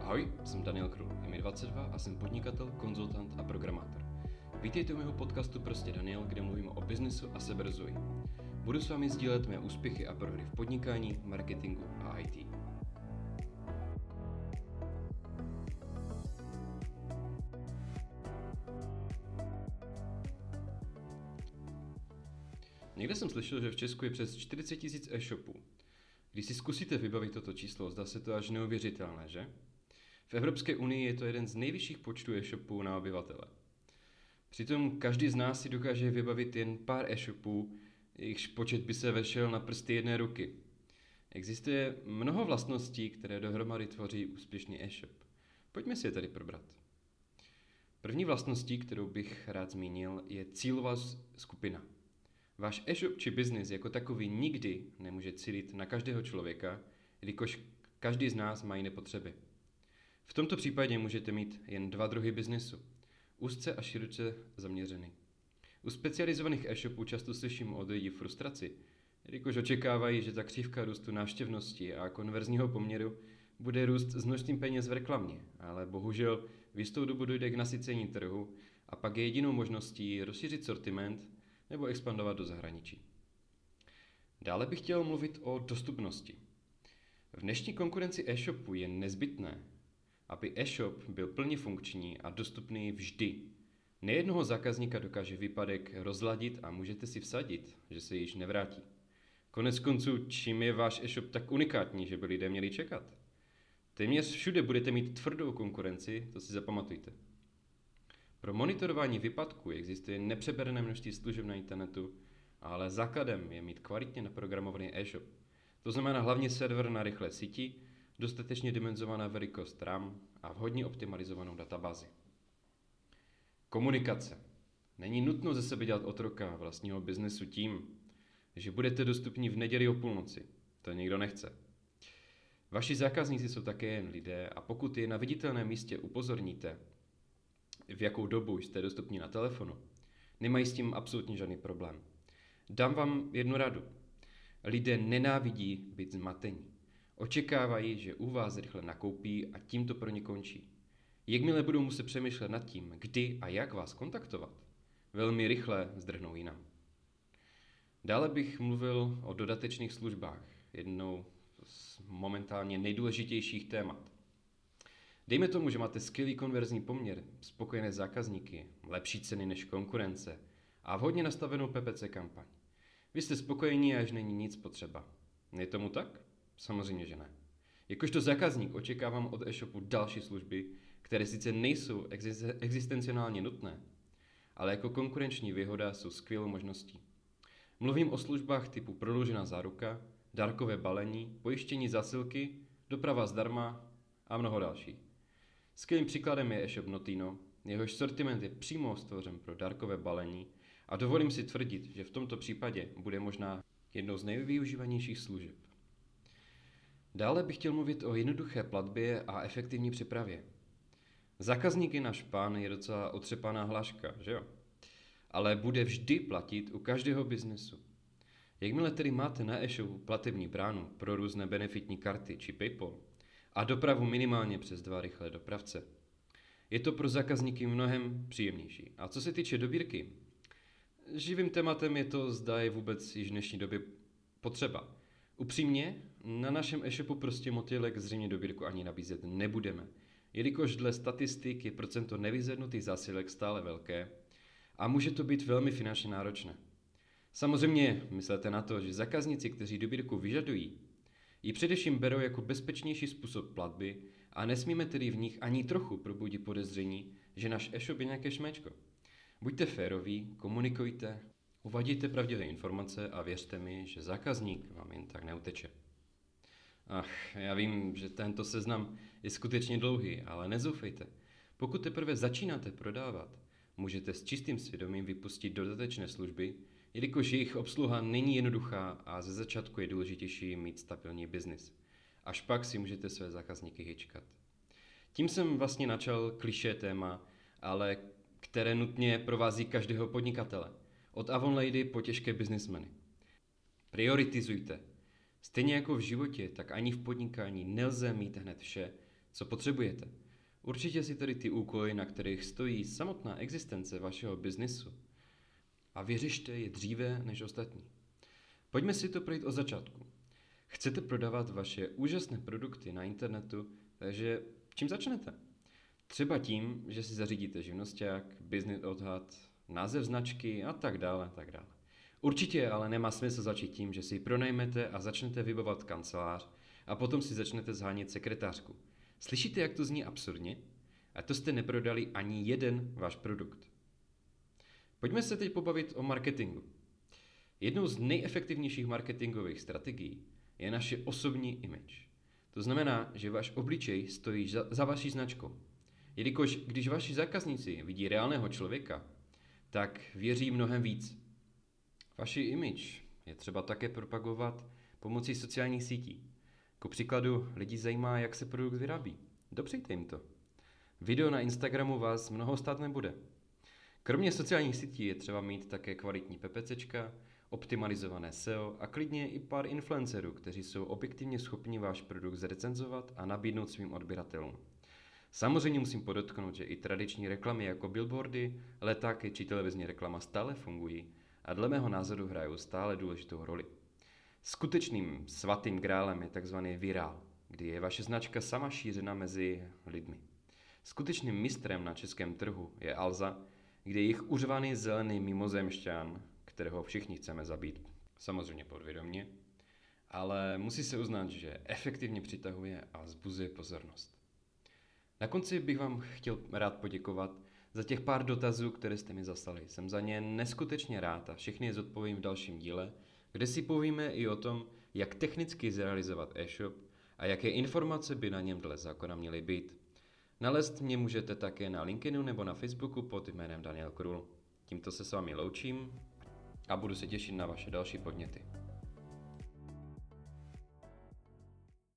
Ahoj, jsem Daniel Krul, je mi 22 a jsem podnikatel, konzultant a programátor. Vítejte u mého podcastu Prostě Daniel, kde mluvím o biznesu a seberozvoji. Budu s vámi sdílet mé úspěchy a prohry v podnikání, marketingu a IT. Někde jsem slyšel, že v Česku je přes 40 000 e-shopů. Když si zkusíte vybavit toto číslo, zdá se to až neuvěřitelné, že? V Evropské unii je to jeden z nejvyšších počtů e-shopů na obyvatele. Přitom každý z nás si dokáže vybavit jen pár e-shopů, jejichž počet by se vešel na prsty jedné ruky. Existuje mnoho vlastností, které dohromady tvoří úspěšný e-shop. Pojďme si je tady probrat. První vlastností, kterou bych rád zmínil, je cílová skupina. Váš e-shop či biznis jako takový nikdy nemůže cílit na každého člověka, jelikož každý z nás má jiné potřeby. V tomto případě můžete mít jen dva druhy biznesu, úzce a široce zaměřený. U specializovaných e-shopů často slyším od lidí frustraci, jelikož očekávají, že ta křivka růstu návštěvnosti a konverzního poměru bude růst s množstvím peněz v reklamě, ale bohužel v jistou dobu dojde k nasycení trhu a pak je jedinou možností rozšířit sortiment nebo expandovat do zahraničí. Dále bych chtěl mluvit o dostupnosti. V dnešní konkurenci e-shopu je nezbytné, aby e-shop byl plně funkční a dostupný vždy. Nejednoho zákazníka dokáže výpadek rozladit a můžete si vsadit, že se již nevrátí. Konec konců, čím je váš e-shop tak unikátní, že by lidé měli čekat? Téměř všude budete mít tvrdou konkurenci, to si zapamatujte. Pro monitorování výpadků existuje nepřeberné množství služeb na internetu, ale základem je mít kvalitně naprogramovaný e-shop. To znamená hlavně server na rychlé síti, dostatečně dimenzovaná velikost RAM a vhodně optimalizovanou databázi. Komunikace. Není nutno ze sebe dělat otroka vlastního biznesu tím, že budete dostupní v neděli o půlnoci. To nikdo nechce. Vaši zákazníci jsou také jen lidé a pokud je na viditelném místě upozorníte, v jakou dobu jste dostupní na telefonu, nemají s tím absolutně žádný problém. Dám vám jednu radu. Lidé nenávidí být zmatení. Očekávají, že u vás rychle nakoupí a tím to pro ně končí. Jakmile budou muset přemýšlet nad tím, kdy a jak vás kontaktovat, velmi rychle zdrhnou jinam. Dále bych mluvil o dodatečných službách, jednou z momentálně nejdůležitějších témat. Dejme tomu, že máte skvělý konverzní poměr, spokojené zákazníky, lepší ceny než konkurence a vhodně nastavenou PPC kampaň. Vy jste spokojení, až není nic potřeba. Je tomu tak? Samozřejmě, že ne. Jakožto zákazník očekávám od e-shopu další služby, které sice nejsou existenciálně nutné, ale jako konkurenční výhoda jsou skvělou možností. Mluvím o službách typu prodloužená záruka, dárkové balení, pojištění zásilky, doprava zdarma a mnoho dalších. Skvělým příkladem je e-shop Notino, jehož sortiment je přímo stvořen pro dárkové balení a dovolím si tvrdit, že v tomto případě bude možná jednou z nejvyužívanějších služeb. Dále bych chtěl mluvit o jednoduché platbě a efektivní přepravě. Zákazník je náš pán, je docela otřepaná hláška, že jo? Ale bude vždy platit u každého biznesu. Jakmile tedy máte na e-shopu platební bránu pro různé benefitní karty či PayPal a dopravu minimálně přes 2 rychlé dopravce, je to pro zákazníky mnohem příjemnější. A co se týče dobírky, živým tématem je to, zda je vůbec již v dnešní době potřeba. Upřímně, na našem e-shopu prostě motýlek zřejmě dobírku ani nabízet nebudeme, jelikož dle statistik je procento nevyzvednutých zásilek stále velké a může to být velmi finančně náročné. Samozřejmě myslete na to, že zákazníci, kteří dobírku vyžadují, ji především berou jako bezpečnější způsob platby a nesmíme tedy v nich ani trochu probudit podezření, že náš e-shop je nějaké šméčko. Buďte féroví, komunikujte, uvádějte pravdivé informace a věřte mi, že zákazník vám jen tak neuteče. Já vím, že tento seznam je skutečně dlouhý, ale nezoufejte. Pokud teprve začínáte prodávat, můžete s čistým svědomím vypustit dodatečné služby, jelikož jejich obsluha není jednoduchá a ze začátku je důležitější mít stabilní biznis. Až pak si můžete své zákazníky hyčkat. Tím jsem vlastně načal klišé téma, ale které nutně provází každého podnikatele. Od Avon Lady po těžké biznismeny. Prioritizujte. Stejně jako v životě, tak ani v podnikání nelze mít hned vše, Co potřebujete? Určitě si tedy ty úkoly, na kterých stojí samotná existence vašeho biznisu. A vyřešte je dříve než ostatní. Pojďme si to projít od začátku. Chcete prodávat vaše úžasné produkty na internetu, takže čím začnete? Třeba tím, že si zařídíte živnosťák, business odhad, název značky a tak dále, tak dále. Určitě ale nemá smysl začít tím, že si ji pronajmete a začnete vybavovat kancelář a potom si začnete zhánět sekretářku. Slyšíte, jak to zní absurdně? A to jste neprodali ani jeden váš produkt. Pojďme se teď pobavit o marketingu. Jednou z nejefektivnějších marketingových strategií je naše osobní image. To znamená, že váš obličej stojí za vaší značkou. Jelikož když vaši zákazníci vidí reálného člověka, tak věří mnohem víc. Vaši image je třeba také propagovat pomocí sociálních sítí. Ku příkladu, lidi zajímá, jak se produkt vyrábí. Dopřejte jim to. Video na Instagramu vás mnoho stát nebude. Kromě sociálních sítí je třeba mít také kvalitní PPCčka, optimalizované SEO a klidně i pár influencerů, kteří jsou objektivně schopni váš produkt zrecenzovat a nabídnout svým odběratelům. Samozřejmě musím podotknout, že i tradiční reklamy jako billboardy, letáky či televizní reklama stále fungují a dle mého názoru hrajou stále důležitou roli. Skutečným svatým grálem je tzv. Virál, kdy je vaše značka sama šířena mezi lidmi. Skutečným mistrem na českém trhu je Alza, kde je jich uřvaný zelený mimozemšťan, kterého všichni chceme zabít, samozřejmě podvědomě, ale musí se uznat, že efektivně přitahuje a vzbuzuje pozornost. Na konci bych vám chtěl rád poděkovat za těch pár dotazů, které jste mi zaslali. Jsem za ně neskutečně rád a všechny je zodpovím v dalším díle, kde si povíme i o tom, jak technicky zrealizovat e-shop a jaké informace by na něm dle zákona měly být. Nalézt mě můžete také na LinkedInu nebo na Facebooku pod jménem Daniel Krul. Tímto se s vámi loučím a budu se těšit na vaše další podněty.